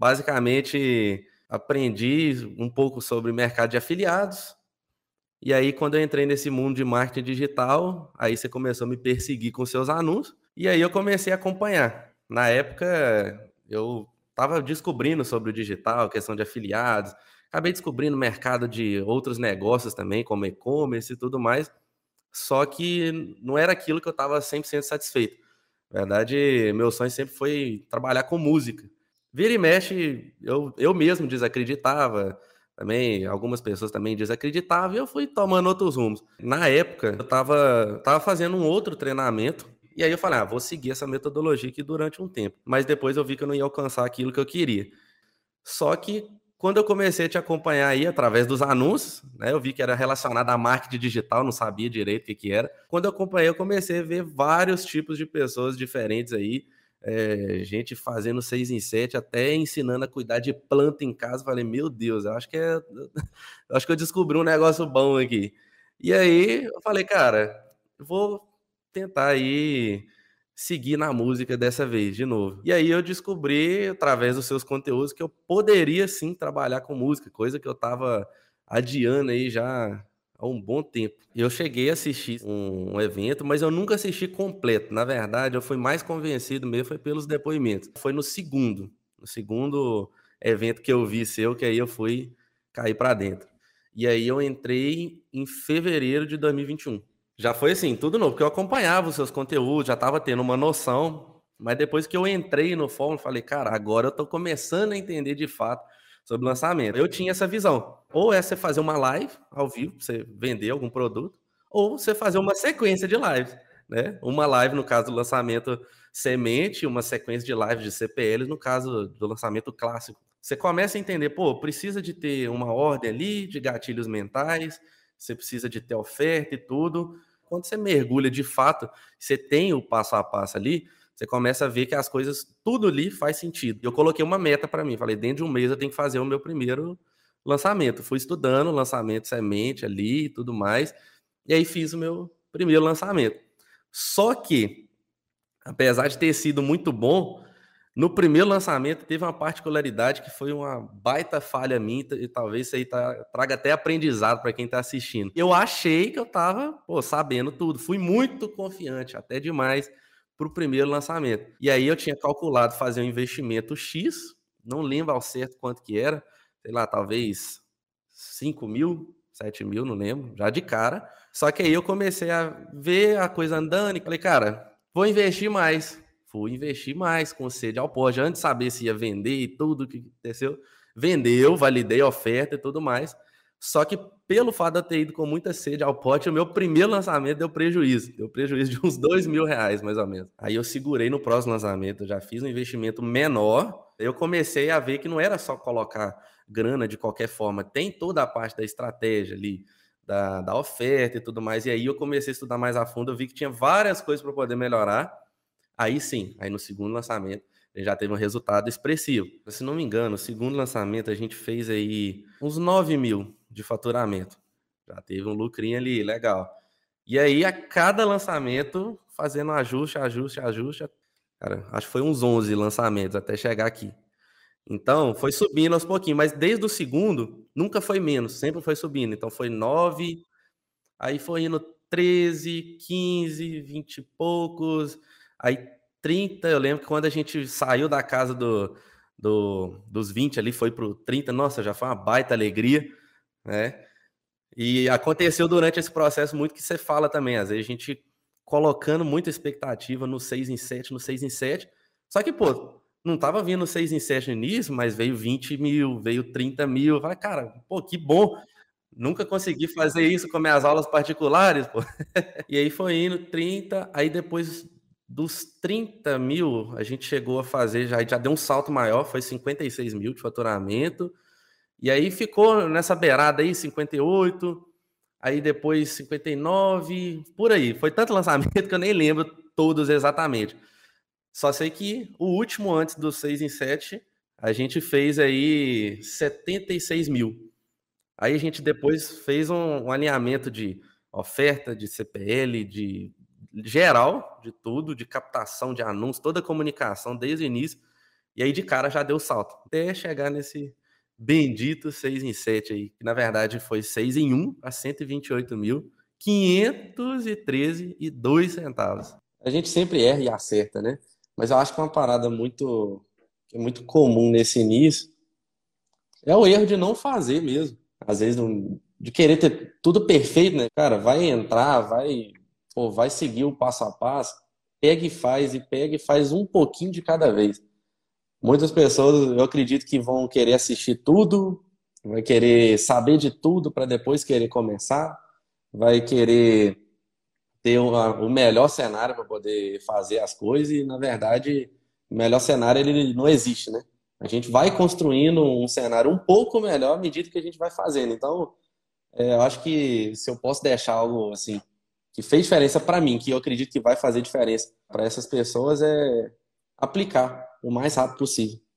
basicamente aprendi um pouco sobre mercado de afiliados. E aí, quando eu entrei nesse mundo de marketing digital, aí você começou a me perseguir com seus anúncios. E aí eu comecei a acompanhar. Na época, eu estava descobrindo sobre o digital, questão de afiliados. Acabei descobrindo o mercado de outros negócios também, como e-commerce e tudo mais. Só que não era aquilo que eu estava 100% satisfeito. Na verdade, meu sonho sempre foi trabalhar com música. Vira e mexe, eu mesmo desacreditava, também algumas pessoas também desacreditavam, e eu fui tomando outros rumos. Na época, eu estava fazendo um outro treinamento, e aí eu falei, vou seguir essa metodologia aqui durante um tempo. Mas depois eu vi que eu não ia alcançar aquilo que eu queria. Só que quando eu comecei a te acompanhar aí através dos anúncios, né, eu vi que era relacionado a marketing digital, não sabia direito o que era. Quando eu acompanhei, eu comecei a ver vários tipos de pessoas diferentes aí, gente fazendo 6 em 7, até ensinando a cuidar de planta em casa. Falei, meu Deus, eu acho que eu acho que eu descobri um negócio bom aqui. E aí eu falei, cara, eu vou tentar aí seguir na música dessa vez, de novo. E aí eu descobri, através dos seus conteúdos, que eu poderia sim trabalhar com música, coisa que eu estava adiando aí já há um bom tempo. Eu cheguei a assistir um evento, mas eu nunca assisti completo. Na verdade, eu fui mais convencido mesmo foi pelos depoimentos. Foi no segundo evento que eu vi seu, que aí eu fui cair para dentro. E aí eu entrei em fevereiro de 2021. Já foi assim, tudo novo, porque eu acompanhava os seus conteúdos, já estava tendo uma noção, mas depois que eu entrei no fórum, falei, cara, agora eu estou começando a entender de fato sobre lançamento. Eu tinha essa visão. Ou é você fazer uma live ao vivo, você vender algum produto, ou você fazer uma sequência de lives, né? Uma live, no caso do lançamento semente, uma sequência de lives de CPLs, no caso do lançamento clássico. Você começa a entender, pô, precisa de ter uma ordem ali, de gatilhos mentais, você precisa de ter oferta e tudo. Quando você mergulha de fato, você tem o passo a passo ali, você começa a ver que as coisas, tudo ali faz sentido. Eu coloquei uma meta para mim, falei, dentro de um mês eu tenho que fazer o meu primeiro lançamento. Fui estudando lançamento semente ali e tudo mais, e aí fiz o meu primeiro lançamento. Só que, apesar de ter sido muito bom, no primeiro lançamento teve uma particularidade que foi uma baita falha minha, e talvez isso aí traga até aprendizado para quem está assistindo. Eu achei que eu estava sabendo tudo, fui muito confiante, até demais, para o primeiro lançamento. E aí eu tinha calculado fazer um investimento X, não lembro ao certo quanto que era, sei lá, talvez 5 mil, 7 mil, não lembro, já de cara. Só que aí eu comecei a ver a coisa andando e falei, cara, vou investir mais. Fui investir mais com sede ao pote, antes de saber se ia vender e tudo que aconteceu. Vendeu, validei a oferta e tudo mais. Só que pelo fato de eu ter ido com muita sede ao pote, o meu primeiro lançamento deu prejuízo. Deu prejuízo de uns R$ 2.000, mais ou menos. Aí eu segurei no próximo lançamento, eu já fiz um investimento menor. Eu comecei a ver que não era só colocar grana de qualquer forma. Tem toda a parte da estratégia ali, da oferta e tudo mais. E aí eu comecei a estudar mais a fundo, eu vi que tinha várias coisas para poder melhorar. Aí sim, aí no segundo lançamento, a gente já teve um resultado expressivo. Se não me engano, o segundo lançamento a gente fez aí uns 9 mil de faturamento. Já teve um lucrinho ali, legal. E aí, a cada lançamento, fazendo ajuste, ajuste, ajuste. Cara, acho que foi uns 11 lançamentos até chegar aqui. Então, foi subindo aos pouquinhos, mas desde o segundo, nunca foi menos, sempre foi subindo. Então, foi 9, aí foi indo 13, 15, 20 e poucos, aí 30. Eu lembro que quando a gente saiu da casa dos 20 ali, foi pro 30, nossa, já foi uma baita alegria, né? E aconteceu durante esse processo muito que você fala também, às vezes a gente colocando muita expectativa no 6 em 7, no 6 em 7, só que, pô, não tava vindo 6 em 7 no início, mas veio 20 mil, veio 30 mil, eu falei, cara, pô, que bom, nunca consegui fazer isso com minhas aulas particulares, pô. E aí foi indo 30, aí depois dos 30 mil, a gente chegou a fazer, já deu um salto maior, foi 56 mil de faturamento, e aí ficou nessa beirada aí, 58, aí depois 59, por aí. Foi tanto lançamento que eu nem lembro todos exatamente. Só sei que o último antes do 6 em 7, a gente fez aí 76 mil. Aí a gente depois fez um alinhamento de oferta, de CPL, de geral, de tudo, de captação de anúncios, toda a comunicação desde o início. E aí de cara já deu salto, até chegar nesse bendito 6 em 7 aí, que na verdade foi 6 em 1 a 128.513,02 centavos. A gente sempre erra e acerta, né? Mas eu acho que uma parada que é muito comum nesse início é o erro de não fazer mesmo. Às vezes de querer ter tudo perfeito, né? Cara, vai entrar, vai seguir o passo a passo, pega e faz um pouquinho de cada vez. Muitas pessoas, eu acredito que vão querer assistir tudo, vai querer saber de tudo para depois querer começar, vai querer ter o melhor cenário para poder fazer as coisas e, na verdade, o melhor cenário ele não existe, né? A gente vai construindo um cenário um pouco melhor à medida que a gente vai fazendo. Então, eu acho que se eu posso deixar algo assim que fez diferença para mim, que eu acredito que vai fazer diferença para essas pessoas, é aplicar o mais rápido possível.